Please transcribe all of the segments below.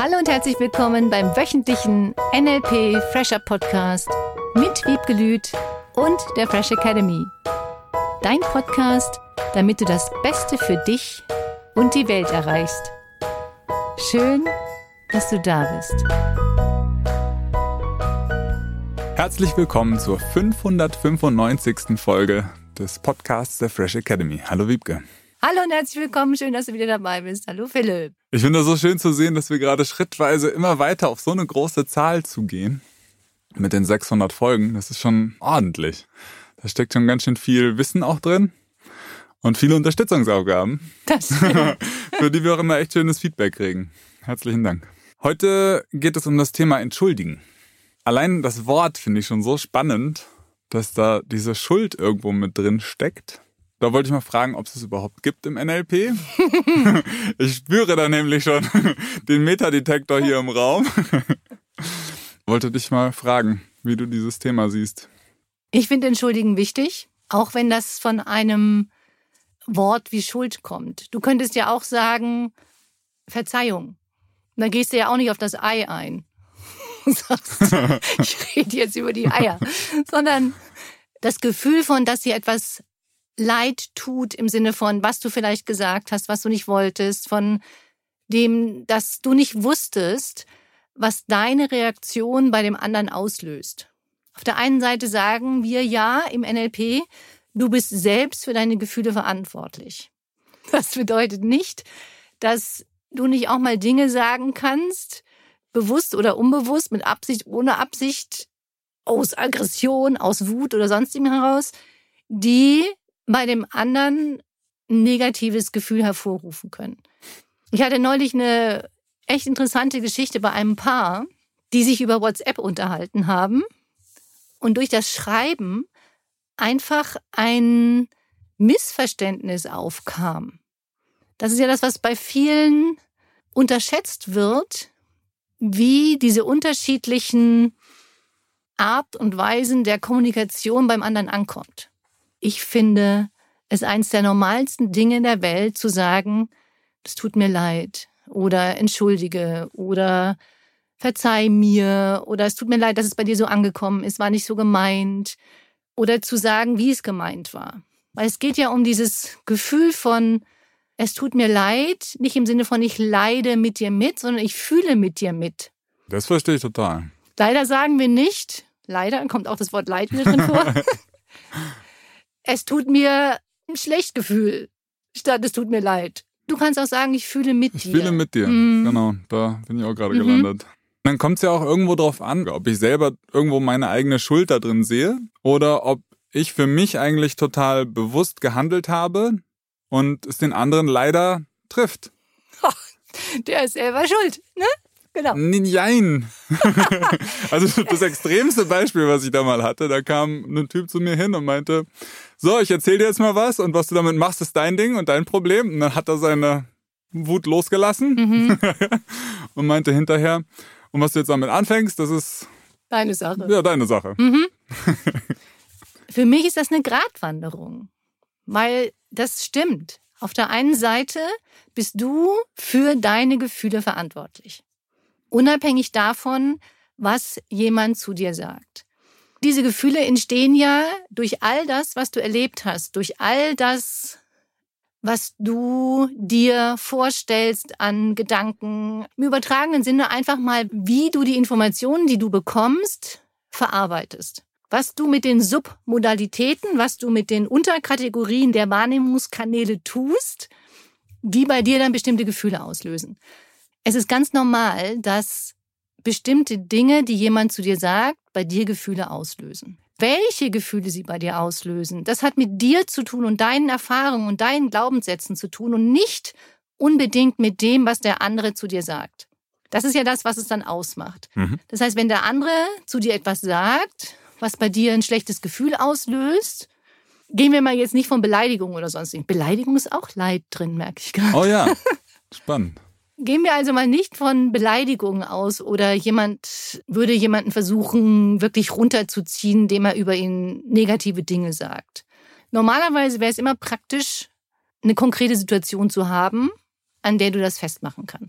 Hallo und herzlich willkommen beim wöchentlichen NLP Fresher Podcast mit Wiebke Lüth und der Fresh Academy. Dein Podcast, damit du das Beste für dich und die Welt erreichst. Schön, dass du da bist. Herzlich willkommen zur 595. Folge des Podcasts der Fresh Academy. Hallo Wiebke. Hallo und herzlich willkommen, schön, dass du wieder dabei bist. Hallo Philipp. Ich finde es so schön zu sehen, dass wir gerade schrittweise immer weiter auf so eine große Zahl zugehen. Mit den 600 Folgen, das ist schon ordentlich. Da steckt schon ganz schön viel Wissen auch drin und viele Unterstützungsaufgaben, für die wir auch immer echt schönes Feedback kriegen. Herzlichen Dank. Heute geht es um das Thema Entschuldigen. Allein das Wort finde ich schon so spannend, dass da diese Schuld irgendwo mit drin steckt. Da wollte ich mal fragen, ob es es überhaupt gibt im NLP. Ich spüre da nämlich schon den Metadetektor hier im Raum. Wollte dich mal fragen, wie du dieses Thema siehst. Ich finde Entschuldigen wichtig, auch wenn das von einem Wort wie Schuld kommt. Du könntest ja auch sagen, Verzeihung. Da gehst du ja auch nicht auf das Ei ein. Und sagst, ich rede jetzt über die Eier. Sondern das Gefühl von, dass dir etwas Leid tut im Sinne von, was du vielleicht gesagt hast, was du nicht wolltest, von dem, dass du nicht wusstest, was deine Reaktion bei dem anderen auslöst. Auf der einen Seite sagen wir ja im NLP, du bist selbst für deine Gefühle verantwortlich. Das bedeutet nicht, dass du nicht auch mal Dinge sagen kannst, bewusst oder unbewusst, mit Absicht, ohne Absicht, aus Aggression, aus Wut oder sonstigem heraus, die bei dem anderen ein negatives Gefühl hervorrufen können. Ich hatte neulich eine echt interessante Geschichte bei einem Paar, die sich über WhatsApp unterhalten haben und durch das Schreiben einfach ein Missverständnis aufkam. Das ist ja das, was bei vielen unterschätzt wird, wie diese unterschiedlichen Art und Weisen der Kommunikation beim anderen ankommt. Ich finde es eines der normalsten Dinge in der Welt, zu sagen, es tut mir leid oder entschuldige oder verzeih mir oder es tut mir leid, dass es bei dir so angekommen ist, war nicht so gemeint oder zu sagen, wie es gemeint war. Weil es geht ja um dieses Gefühl von, es tut mir leid, nicht im Sinne von ich leide mit dir mit, sondern ich fühle mit dir mit. Das verstehe ich total. Leider sagen wir nicht, leider kommt auch das Wort Leid wieder drin vor, es tut mir ein schlechtes Gefühl, statt es tut mir leid. Du kannst auch sagen, ich fühle mit dir. Ich fühle mit dir, genau, da bin ich auch gerade gelandet. Dann kommt es ja auch irgendwo drauf an, ob ich selber irgendwo meine eigene Schuld da drin sehe oder ob ich für mich eigentlich total bewusst gehandelt habe und es den anderen leider trifft. Der ist selber schuld, ne? Genau. Nein. Also das extremste Beispiel, was ich da mal hatte, da kam ein Typ zu mir hin und meinte, so, ich erzähle dir jetzt mal was und was du damit machst, ist dein Ding und dein Problem. Und dann hat er seine Wut losgelassen und meinte hinterher, und was du jetzt damit anfängst, das ist deine Sache. Ja, deine Sache. Für mich ist das eine Gratwanderung, weil das stimmt. Auf der einen Seite bist du für deine Gefühle verantwortlich. Unabhängig davon, was jemand zu dir sagt. Diese Gefühle entstehen ja durch all das, was du erlebt hast, durch all das, was du dir vorstellst an Gedanken. Im übertragenen Sinne einfach mal, wie du die Informationen, die du bekommst, verarbeitest. Was du mit den Submodalitäten, was du mit den Unterkategorien der Wahrnehmungskanäle tust, die bei dir dann bestimmte Gefühle auslösen. Es ist ganz normal, dass bestimmte Dinge, die jemand zu dir sagt, bei dir Gefühle auslösen. Welche Gefühle sie bei dir auslösen, das hat mit dir zu tun und deinen Erfahrungen und deinen Glaubenssätzen zu tun und nicht unbedingt mit dem, was der andere zu dir sagt. Das ist ja das, was es dann ausmacht. Das heißt, wenn der andere zu dir etwas sagt, was bei dir ein schlechtes Gefühl auslöst, gehen wir mal jetzt nicht von Beleidigung oder sonst. Beleidigung ist auch Leid drin, merke ich gerade. Oh ja, spannend. Gehen wir also mal nicht von Beleidigungen aus oder jemand würde jemanden versuchen, wirklich runterzuziehen, indem er über ihn negative Dinge sagt. Normalerweise wäre es immer praktisch, eine konkrete Situation zu haben, an der du das festmachen kannst.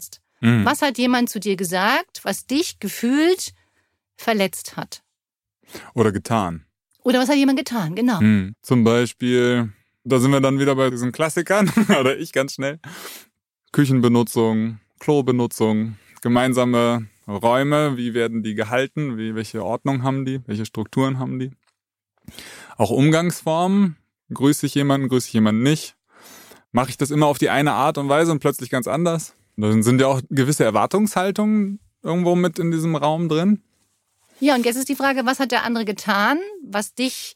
Was hat jemand zu dir gesagt, was dich gefühlt verletzt hat? Oder getan. Oder was hat jemand getan, genau. Zum Beispiel, da sind wir dann wieder bei diesen Klassikern, oder ich ganz schnell. Küchenbenutzung, Klobenutzung, gemeinsame Räume, wie werden die gehalten, welche Ordnung haben die, welche Strukturen haben die. Auch Umgangsformen, grüße ich jemanden nicht. Mache ich das immer auf die eine Art und Weise und plötzlich ganz anders? Dann sind ja auch gewisse Erwartungshaltungen irgendwo mit in diesem Raum drin. Ja, und jetzt ist die Frage, was hat der andere getan, was dich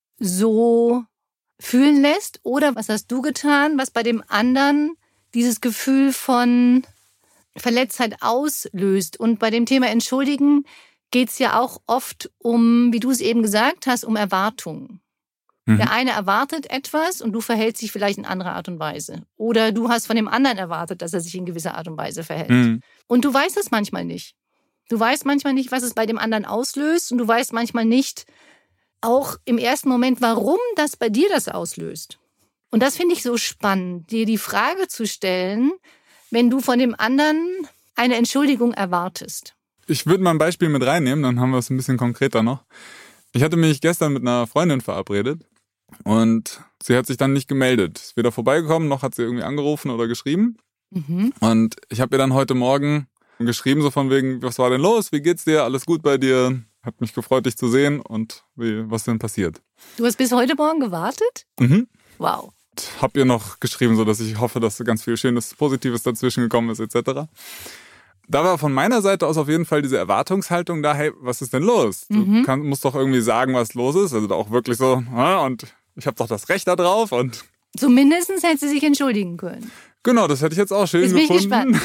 so fühlen lässt? Oder was hast du getan, was bei dem anderen dieses Gefühl von Verletztheit auslöst? Und bei dem Thema Entschuldigen geht es ja auch oft um, wie du es eben gesagt hast, um Erwartungen. Der eine erwartet etwas und du verhältst dich vielleicht in anderer Art und Weise. Oder du hast von dem anderen erwartet, dass er sich in gewisser Art und Weise verhält. Und du weißt es manchmal nicht. Du weißt manchmal nicht, was es bei dem anderen auslöst. Und du weißt manchmal nicht, auch im ersten Moment, warum das bei dir das auslöst. Und das finde ich so spannend, dir die Frage zu stellen, wenn du von dem anderen eine Entschuldigung erwartest. Ich würde mal ein Beispiel mit reinnehmen, dann haben wir es ein bisschen konkreter noch. Ich hatte mich gestern mit einer Freundin verabredet und sie hat sich dann nicht gemeldet. Ist weder vorbeigekommen, noch hat sie irgendwie angerufen oder geschrieben. Und ich habe ihr dann heute Morgen geschrieben, so von wegen, was war denn los, wie geht's dir, alles gut bei dir? Hat mich gefreut, dich zu sehen und was denn passiert. Du hast bis heute Morgen gewartet? Wow. Hab ihr noch geschrieben, so dass ich hoffe, dass ganz viel Schönes, Positives dazwischen gekommen ist, etc. Da war von meiner Seite aus auf jeden Fall diese Erwartungshaltung da, hey, was ist denn los? Du musst doch irgendwie sagen, was los ist. Also auch wirklich so, und ich habe doch das Recht da drauf. Und zumindest hätte sie sich entschuldigen können. Genau, das hätte ich jetzt auch schön gefunden. Bin ich gespannt.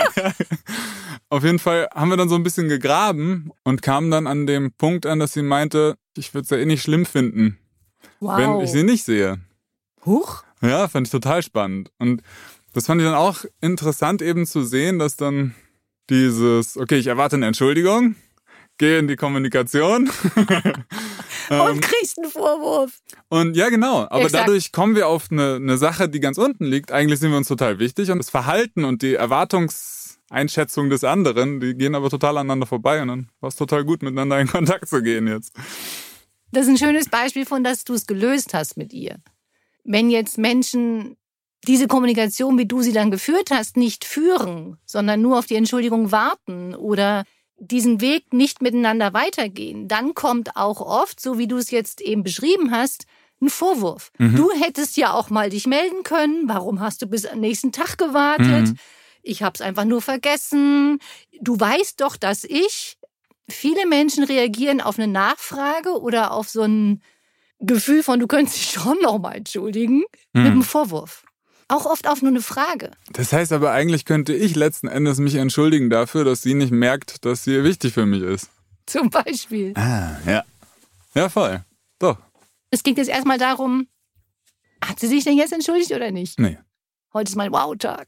Auf jeden Fall haben wir dann so ein bisschen gegraben und kamen dann an dem Punkt an, dass sie meinte, ich würde es ja eh nicht schlimm finden, wenn ich sie nicht sehe. Huch. Ja, fand ich total spannend. Und das fand ich dann auch interessant eben zu sehen, dass dann dieses, okay, ich erwarte eine Entschuldigung, gehe in die Kommunikation. Und kriegst einen Vorwurf. Und ja, genau. Aber Exakt. Dadurch kommen wir auf eine Sache, die ganz unten liegt. Eigentlich sind wir uns total wichtig. Und das Verhalten und die Erwartungseinschätzung des anderen, die gehen aber total aneinander vorbei. Und dann war es total gut, miteinander in Kontakt zu gehen jetzt. Das ist ein schönes Beispiel von, dass du es gelöst hast mit ihr. Wenn jetzt Menschen diese Kommunikation, wie du sie dann geführt hast, nicht führen, sondern nur auf die Entschuldigung warten oder diesen Weg nicht miteinander weitergehen, dann kommt auch oft, so wie du es jetzt eben beschrieben hast, ein Vorwurf. Du hättest ja auch mal dich melden können. Warum hast du bis am nächsten Tag gewartet? Ich habe es einfach nur vergessen. Du weißt doch, dass ich... Viele Menschen reagieren auf eine Nachfrage oder auf so ein Gefühl von, du könntest dich schon noch mal entschuldigen, mit einem Vorwurf. Auch oft auf nur eine Frage. Das heißt aber, eigentlich könnte ich letzten Endes mich entschuldigen dafür, dass sie nicht merkt, dass sie wichtig für mich ist. Zum Beispiel. Ja. Ja, voll. Doch. Es ging jetzt erstmal darum, hat sie sich denn jetzt entschuldigt oder nicht? Nee. Heute ist mein Wow-Tag.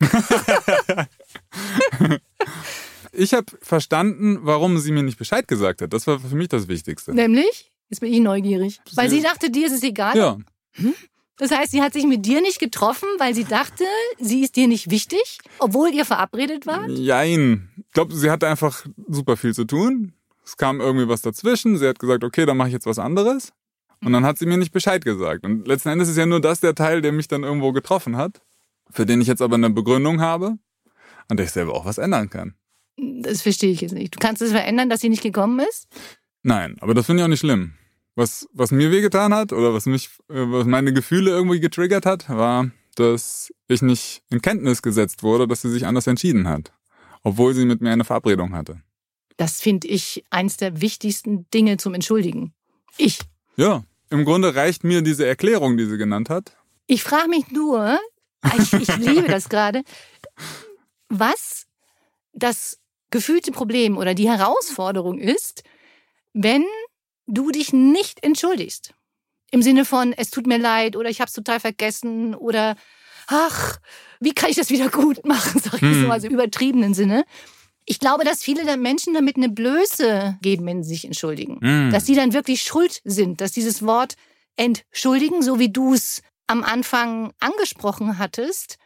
Ich habe verstanden, warum sie mir nicht Bescheid gesagt hat. Das war für mich das Wichtigste. Nämlich? Jetzt bin ich neugierig. Weil sie dachte, dir ist es egal? Ja. Das heißt, sie hat sich mit dir nicht getroffen, weil sie dachte, sie ist dir nicht wichtig, obwohl ihr verabredet wart? Jein. Ich glaube, sie hatte einfach super viel zu tun. Es kam irgendwie was dazwischen. Sie hat gesagt, okay, dann mache ich jetzt was anderes. Und dann hat sie mir nicht Bescheid gesagt. Und letzten Endes ist ja nur das der Teil, der mich dann irgendwo getroffen hat, für den ich jetzt aber eine Begründung habe, an der ich selber auch was ändern kann. Das verstehe ich jetzt nicht. Du kannst es verändern, dass sie nicht gekommen ist? Nein, aber das finde ich auch nicht schlimm. Was mir wehgetan hat oder was meine Gefühle irgendwie getriggert hat, war, dass ich nicht in Kenntnis gesetzt wurde, dass sie sich anders entschieden hat, obwohl sie mit mir eine Verabredung hatte. Das finde ich eins der wichtigsten Dinge zum Entschuldigen. Ja, im Grunde reicht mir diese Erklärung, die sie genannt hat. Ich frage mich nur, ich liebe das gerade, was das gefühlte Problem oder die Herausforderung ist, wenn du dich nicht entschuldigst. Im Sinne von, es tut mir leid oder ich habe es total vergessen oder ach, wie kann ich das wieder gut machen, sag ich so, also im übertriebenen Sinne. Ich glaube, dass viele der Menschen damit eine Blöße geben, wenn sie sich entschuldigen. Dass sie dann wirklich schuld sind, dass dieses Wort entschuldigen, so wie du es am Anfang angesprochen hattest,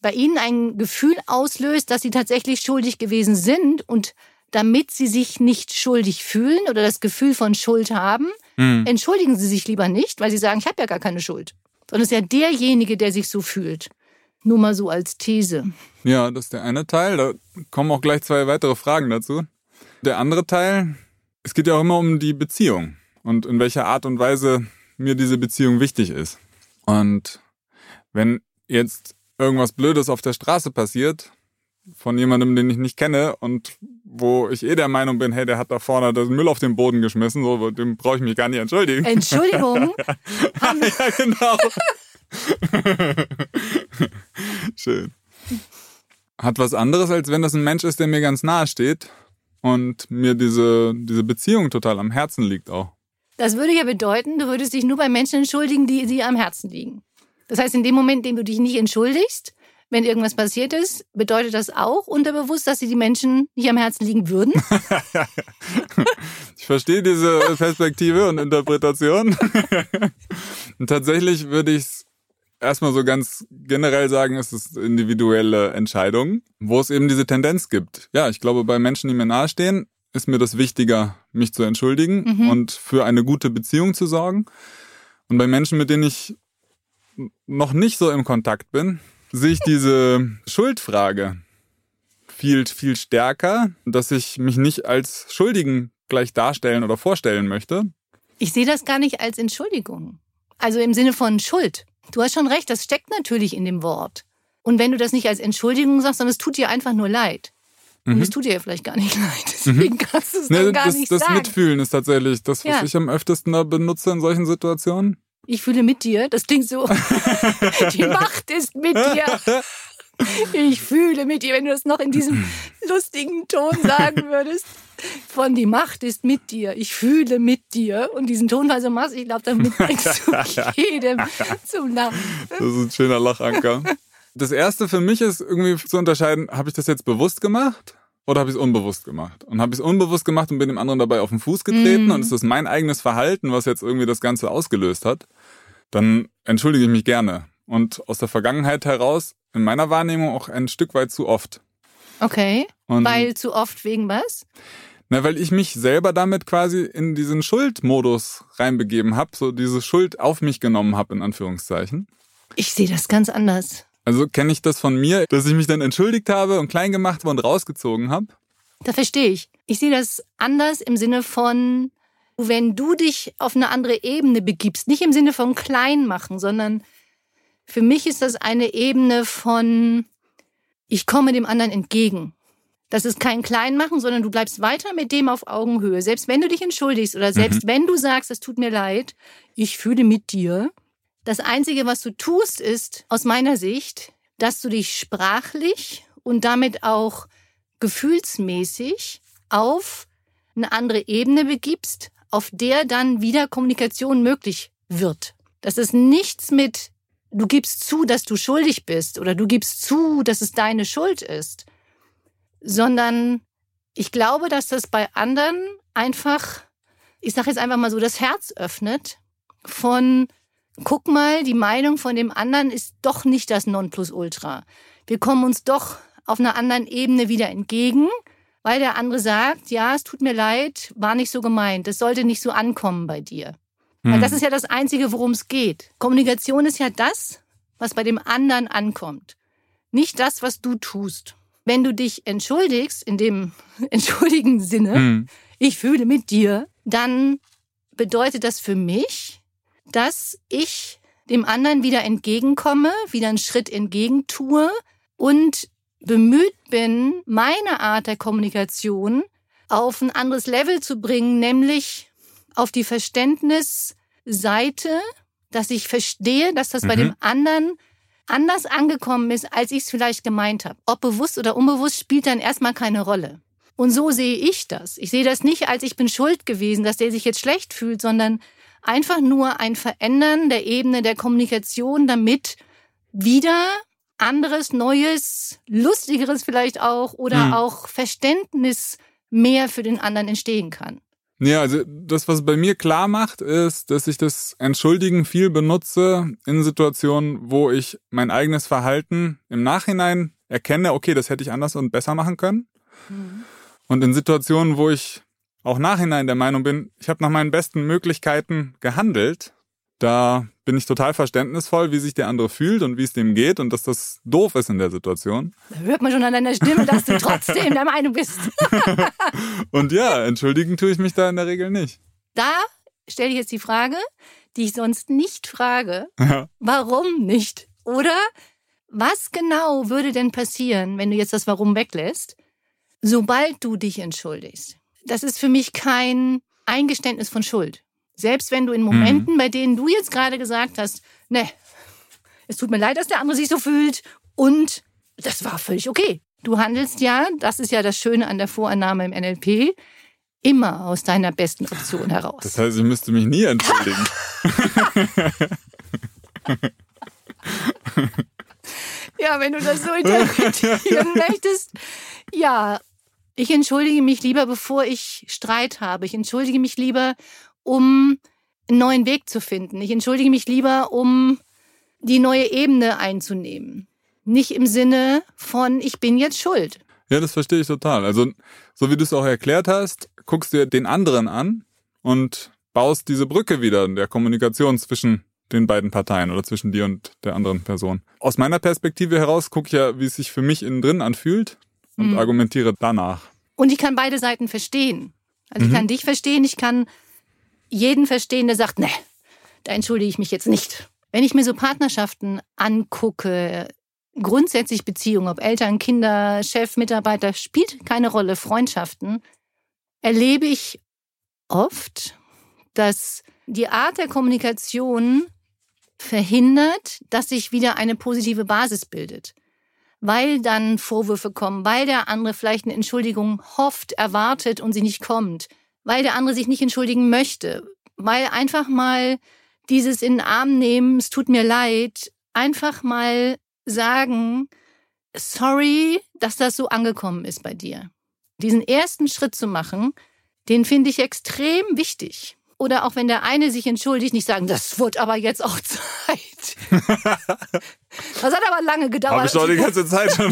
bei ihnen ein Gefühl auslöst, dass sie tatsächlich schuldig gewesen sind und damit sie sich nicht schuldig fühlen oder das Gefühl von Schuld haben, entschuldigen sie sich lieber nicht, weil sie sagen, ich habe ja gar keine Schuld. Sondern es ist ja derjenige, der sich so fühlt. Nur mal so als These. Ja, das ist der eine Teil. Da kommen auch gleich 2 weitere Fragen dazu. Der andere Teil, es geht ja auch immer um die Beziehung und in welcher Art und Weise mir diese Beziehung wichtig ist. Und wenn jetzt irgendwas Blödes auf der Straße passiert, von jemandem, den ich nicht kenne und wo ich der Meinung bin, hey, der hat da vorne den Müll auf den Boden geschmissen, so, dem brauche ich mich gar nicht entschuldigen. Entschuldigung? Ja, genau. Schön. Hat was anderes, als wenn das ein Mensch ist, der mir ganz nahe steht und mir diese Beziehung total am Herzen liegt auch. Das würde ja bedeuten, du würdest dich nur bei Menschen entschuldigen, die dir am Herzen liegen. Das heißt, in dem Moment, in dem du dich nicht entschuldigst, wenn irgendwas passiert ist, bedeutet das auch unterbewusst, dass sie die Menschen nicht am Herzen liegen würden? Ich verstehe diese Perspektive und Interpretation. Und tatsächlich würde ich es erstmal so ganz generell sagen, es ist individuelle Entscheidung, wo es eben diese Tendenz gibt. Ja, ich glaube, bei Menschen, die mir nahestehen, ist mir das wichtiger, mich zu entschuldigen und für eine gute Beziehung zu sorgen. Und bei Menschen, mit denen ich noch nicht so im Kontakt bin, sehe ich diese Schuldfrage viel, viel stärker, dass ich mich nicht als Schuldigen gleich darstellen oder vorstellen möchte. Ich sehe das gar nicht als Entschuldigung. Also im Sinne von Schuld. Du hast schon recht, das steckt natürlich in dem Wort. Und wenn du das nicht als Entschuldigung sagst, sondern es tut dir einfach nur leid. Und es tut dir ja vielleicht gar nicht leid, deswegen kannst du es dann gar nicht sagen. Das Mitfühlen ist tatsächlich das, was ich am öftesten da benutze in solchen Situationen. Ich fühle mit dir, das klingt so, die Macht ist mit dir. Ich fühle mit dir, wenn du das noch in diesem lustigen Ton sagen würdest. Von die Macht ist mit dir, ich fühle mit dir. Und diesen Tonfall so machst, ich glaube, damit bringst du jedem zum Lachen. Das ist ein schöner Lachanker. Das Erste für mich ist irgendwie zu unterscheiden, habe ich das jetzt bewusst gemacht oder habe ich es unbewusst gemacht? Und habe ich es unbewusst gemacht und bin dem anderen dabei auf den Fuß getreten und ist das mein eigenes Verhalten, was jetzt irgendwie das Ganze ausgelöst hat, dann entschuldige ich mich gerne. Und aus der Vergangenheit heraus, in meiner Wahrnehmung auch ein Stück weit zu oft. Okay, weil zu oft wegen was? Na, weil ich mich selber damit quasi in diesen Schuldmodus reinbegeben habe, so diese Schuld auf mich genommen habe, in Anführungszeichen. Ich sehe das ganz anders. Also kenne ich das von mir, dass ich mich dann entschuldigt habe und klein gemacht habe und rausgezogen habe? Das verstehe ich. Ich sehe das anders im Sinne von, wenn du dich auf eine andere Ebene begibst, nicht im Sinne von klein machen, sondern für mich ist das eine Ebene von, ich komme dem anderen entgegen. Das ist kein Kleinmachen, sondern du bleibst weiter mit dem auf Augenhöhe. Selbst wenn du dich entschuldigst oder selbst wenn du sagst, es tut mir leid, ich fühle mit dir. Das Einzige, was du tust, ist, aus meiner Sicht, dass du dich sprachlich und damit auch gefühlsmäßig auf eine andere Ebene begibst, auf der dann wieder Kommunikation möglich wird. Das ist nichts mit, du gibst zu, dass du schuldig bist oder du gibst zu, dass es deine Schuld ist, sondern ich glaube, dass das bei anderen einfach, ich sage jetzt einfach mal so, das Herz öffnet von, guck mal, die Meinung von dem anderen ist doch nicht das Nonplusultra. Wir kommen uns doch auf einer anderen Ebene wieder entgegen, weil der andere sagt, ja, es tut mir leid, war nicht so gemeint, es sollte nicht so ankommen bei dir. Weil das ist ja das Einzige, worum es geht. Kommunikation ist ja das, was bei dem anderen ankommt. Nicht das, was du tust. Wenn du dich entschuldigst, in dem entschuldigen Sinne, ich fühle mit dir, dann bedeutet das für mich, dass ich dem anderen wieder entgegenkomme, wieder einen Schritt entgegentue und bemüht bin, meine Art der Kommunikation auf ein anderes Level zu bringen, nämlich auf die Verständnisseite, dass ich verstehe, dass das bei dem anderen anders angekommen ist, als ich es vielleicht gemeint habe. Ob bewusst oder unbewusst, spielt dann erstmal keine Rolle. Und so sehe ich das. Ich sehe das nicht als, ich bin schuld gewesen, dass der sich jetzt schlecht fühlt, sondern einfach nur ein Verändern der Ebene der Kommunikation, damit wieder anderes, Neues, Lustigeres vielleicht auch oder auch Verständnis mehr für den anderen entstehen kann. Ja, also das, was es bei mir klar macht, ist, dass ich das Entschuldigen viel benutze in Situationen, wo ich mein eigenes Verhalten im Nachhinein erkenne, okay, das hätte ich anders und besser machen können. Mhm. Und in Situationen, wo ich auch nachhinein der Meinung bin, ich habe nach meinen besten Möglichkeiten gehandelt, da bin ich total verständnisvoll, wie sich der andere fühlt und wie es dem geht und dass das doof ist in der Situation. Da hört man schon an deiner Stimme, dass du trotzdem der Meinung bist. Und ja, entschuldigen tue ich mich da in der Regel nicht. Da stelle ich jetzt die Frage, die ich sonst nicht frage. Ja. Warum nicht? Oder was genau würde denn passieren, wenn du jetzt das Warum weglässt, sobald du dich entschuldigst? Das ist für mich kein Eingeständnis von Schuld. Selbst wenn du in Momenten, bei denen du jetzt gerade gesagt hast, ne, es tut mir leid, dass der andere sich so fühlt und das war völlig okay. Du handelst ja, das ist ja das Schöne an der Vorannahme im NLP, immer aus deiner besten Option heraus. Das heißt, ich müsste mich nie entschuldigen. Ja, wenn du das so interpretieren möchtest. Ja, ich entschuldige mich lieber, bevor ich Streit habe. Ich entschuldige mich lieber, um einen neuen Weg zu finden. Ich entschuldige mich lieber, um die neue Ebene einzunehmen. Nicht im Sinne von, ich bin jetzt schuld. Ja, das verstehe ich total. Also, so wie du es auch erklärt hast, guckst dir den anderen an und baust diese Brücke wieder in der Kommunikation zwischen den beiden Parteien oder zwischen dir und der anderen Person. Aus meiner Perspektive heraus gucke ich ja, wie es sich für mich innen drin anfühlt und argumentiere danach. Und ich kann beide Seiten verstehen. Also ich kann dich verstehen, ich kann jeden verstehen, der sagt, ne, da entschuldige ich mich jetzt nicht. Wenn ich mir so Partnerschaften angucke, grundsätzlich Beziehungen, ob Eltern, Kinder, Chef, Mitarbeiter, spielt keine Rolle, Freundschaften, erlebe ich oft, dass die Art der Kommunikation verhindert, dass sich wieder eine positive Basis bildet. Weil dann Vorwürfe kommen, weil der andere vielleicht eine Entschuldigung hofft, erwartet und sie nicht kommt. Weil der andere sich nicht entschuldigen möchte, weil einfach mal dieses in den Arm nehmen, es tut mir leid, einfach mal sagen, sorry, dass das so angekommen ist bei dir. Diesen ersten Schritt zu machen, den finde ich extrem wichtig. Oder auch wenn der eine sich entschuldigt, nicht sagen, das wird aber jetzt auch Zeit. Das hat aber lange gedauert. Habe ich doch die ganze Zeit schon.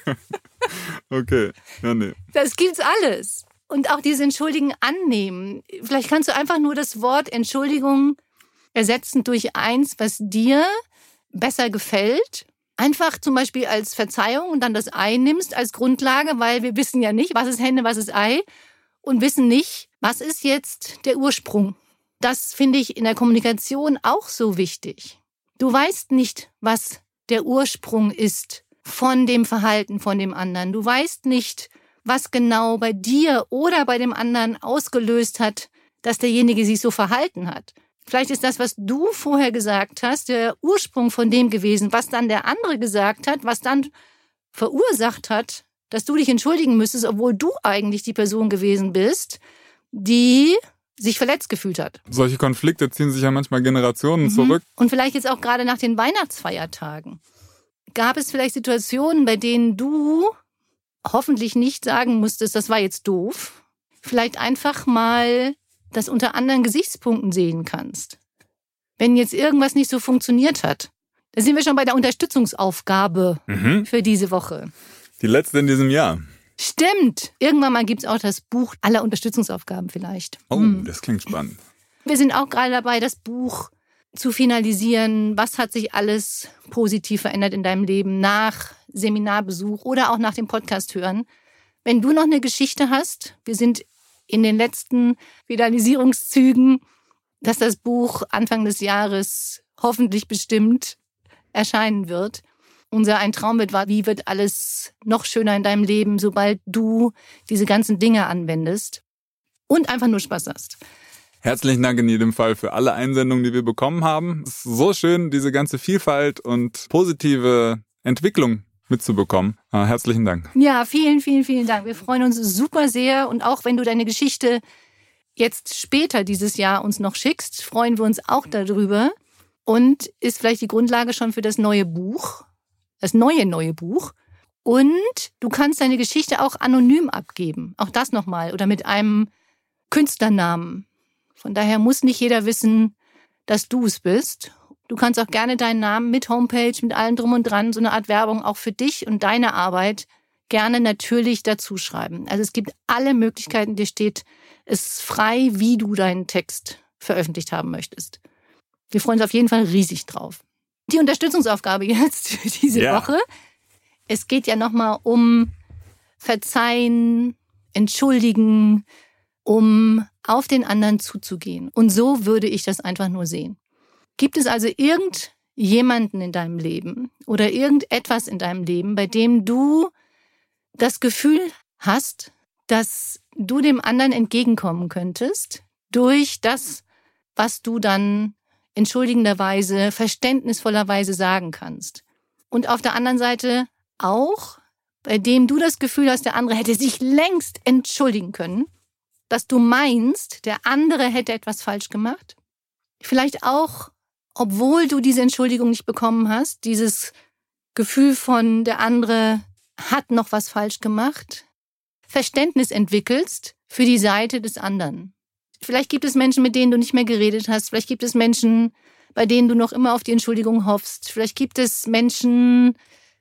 Okay, ja, nee. Das gibt's alles. Und auch dieses Entschuldigen annehmen. Vielleicht kannst du einfach nur das Wort Entschuldigung ersetzen durch eins, was dir besser gefällt. Einfach zum Beispiel als Verzeihung und dann das Ei nimmst als Grundlage, weil wir wissen ja nicht, was ist Henne, was ist Ei und wissen nicht, was ist jetzt der Ursprung. Das finde ich in der Kommunikation auch so wichtig. Du weißt nicht, was der Ursprung ist von dem Verhalten von dem anderen. Du weißt nicht, was genau bei dir oder bei dem anderen ausgelöst hat, dass derjenige sich so verhalten hat. Vielleicht ist das, was du vorher gesagt hast, der Ursprung von dem gewesen, was dann der andere gesagt hat, was dann verursacht hat, dass du dich entschuldigen müsstest, obwohl du eigentlich die Person gewesen bist, die sich verletzt gefühlt hat. Solche Konflikte ziehen sich ja manchmal Generationen zurück. Und vielleicht jetzt auch gerade nach den Weihnachtsfeiertagen. Gab es vielleicht Situationen, bei denen du hoffentlich nicht sagen musstest, das war jetzt doof, vielleicht einfach mal das unter anderen Gesichtspunkten sehen kannst. Wenn jetzt irgendwas nicht so funktioniert hat, da sind wir schon bei der Unterstützungsaufgabe für diese Woche. Die letzte in diesem Jahr. Stimmt. Irgendwann mal gibt es auch das Buch aller Unterstützungsaufgaben vielleicht. Oh, das klingt spannend. Wir sind auch gerade dabei, das Buch zu finalisieren. Was hat sich alles positiv verändert in deinem Leben nach Seminarbesuch oder auch nach dem Podcast hören? Wenn du noch eine Geschichte hast, wir sind in den letzten Finalisierungszügen, dass das Buch Anfang des Jahres hoffentlich bestimmt erscheinen wird. Unser ein Traumbild war, wie wird alles noch schöner in deinem Leben, sobald du diese ganzen Dinge anwendest und einfach nur Spaß hast. Herzlichen Dank in jedem Fall für alle Einsendungen, die wir bekommen haben. Es ist so schön, diese ganze Vielfalt und positive Entwicklung mitzubekommen. Herzlichen Dank. Ja, vielen, vielen, vielen Dank. Wir freuen uns super sehr. Und auch wenn du deine Geschichte jetzt später dieses Jahr uns noch schickst, freuen wir uns auch darüber. Und ist vielleicht die Grundlage schon für das neue Buch. Das neue Buch. Und du kannst deine Geschichte auch anonym abgeben. Auch das nochmal. Oder mit einem Künstlernamen. Von daher muss nicht jeder wissen, dass du es bist. Du kannst auch gerne deinen Namen mit Homepage, mit allem drum und dran, so eine Art Werbung auch für dich und deine Arbeit gerne natürlich dazu schreiben. Also es gibt alle Möglichkeiten, dir steht es frei, wie du deinen Text veröffentlicht haben möchtest. Wir freuen uns auf jeden Fall riesig drauf. Die Unterstützungsaufgabe jetzt für diese Woche. Es geht ja nochmal um Verzeihen, Entschuldigen, um auf den anderen zuzugehen. Und so würde ich das einfach nur sehen. Gibt es also irgendjemanden in deinem Leben oder irgendetwas in deinem Leben, bei dem du das Gefühl hast, dass du dem anderen entgegenkommen könntest durch das, was du dann entschuldigenderweise, verständnisvollerweise sagen kannst. Und auf der anderen Seite auch, bei dem du das Gefühl hast, der andere hätte sich längst entschuldigen können, dass du meinst, der andere hätte etwas falsch gemacht. Vielleicht auch, obwohl du diese Entschuldigung nicht bekommen hast, dieses Gefühl von, der andere hat noch was falsch gemacht, Verständnis entwickelst für die Seite des anderen. Vielleicht gibt es Menschen, mit denen du nicht mehr geredet hast. Vielleicht gibt es Menschen, bei denen du noch immer auf die Entschuldigung hoffst. Vielleicht gibt es Menschen,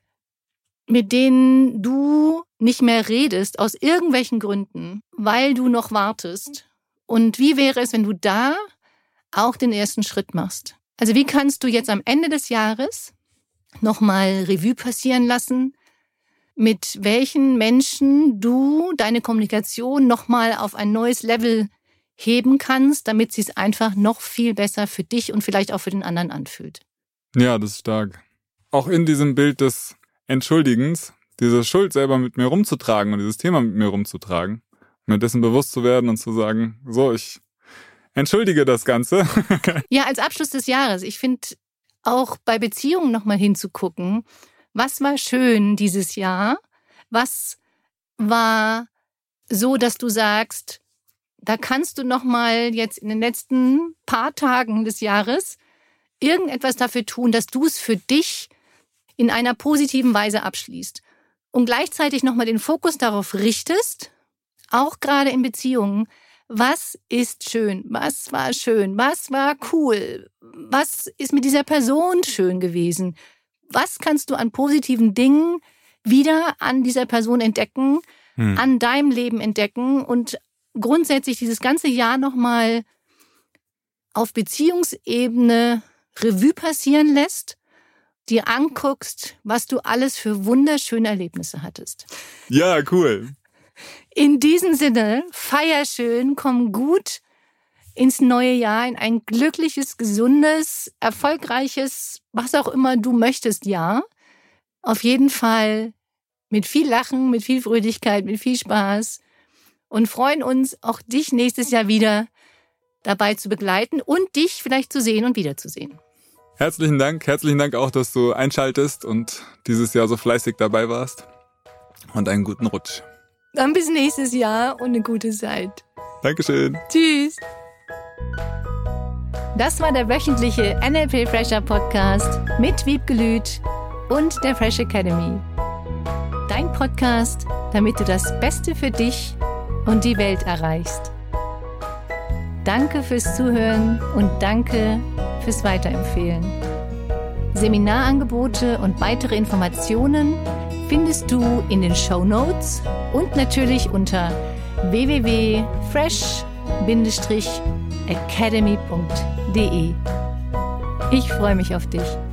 mit denen du nicht mehr redest, aus irgendwelchen Gründen, weil du noch wartest. Und wie wäre es, wenn du da auch den ersten Schritt machst? Also wie kannst du jetzt am Ende des Jahres nochmal Revue passieren lassen, mit welchen Menschen du deine Kommunikation nochmal auf ein neues Level heben kannst, damit sie es einfach noch viel besser für dich und vielleicht auch für den anderen anfühlt. Ja, das ist stark. Auch in diesem Bild des Entschuldigens, diese Schuld selber mit mir rumzutragen und dieses Thema mit mir rumzutragen, mir dessen bewusst zu werden und zu sagen, so, ich entschuldige das Ganze. Ja, als Abschluss des Jahres. Ich finde auch bei Beziehungen nochmal hinzugucken, was war schön dieses Jahr, was war so, dass du sagst, da kannst du nochmal jetzt in den letzten paar Tagen des Jahres irgendetwas dafür tun, dass du es für dich in einer positiven Weise abschließt. Und gleichzeitig nochmal den Fokus darauf richtest, auch gerade in Beziehungen, was ist schön, was war cool, was ist mit dieser Person schön gewesen, was kannst du an positiven Dingen wieder an dieser Person entdecken, an deinem Leben entdecken und grundsätzlich dieses ganze Jahr nochmal auf Beziehungsebene Revue passieren lässt, dir anguckst, was du alles für wunderschöne Erlebnisse hattest. Ja, cool. In diesem Sinne, feier schön, komm gut ins neue Jahr, in ein glückliches, gesundes, erfolgreiches, was auch immer du möchtest, Jahr. Auf jeden Fall mit viel Lachen, mit viel Fröhlichkeit, mit viel Spaß und freuen uns, auch dich nächstes Jahr wieder dabei zu begleiten und dich vielleicht zu sehen und wiederzusehen. Herzlichen Dank auch, dass du einschaltest und dieses Jahr so fleißig dabei warst. Und einen guten Rutsch. Dann bis nächstes Jahr und eine gute Zeit. Dankeschön. Tschüss. Das war der wöchentliche NLP Fresher Podcast mit Wiebke Lüth und der Fresh Academy. Dein Podcast, damit du das Beste für dich und die Welt erreichst. Danke fürs Zuhören und danke fürs Weiterempfehlen. Seminarangebote und weitere Informationen findest du in den Shownotes und natürlich unter www.fresh-academy.de. Ich freue mich auf dich.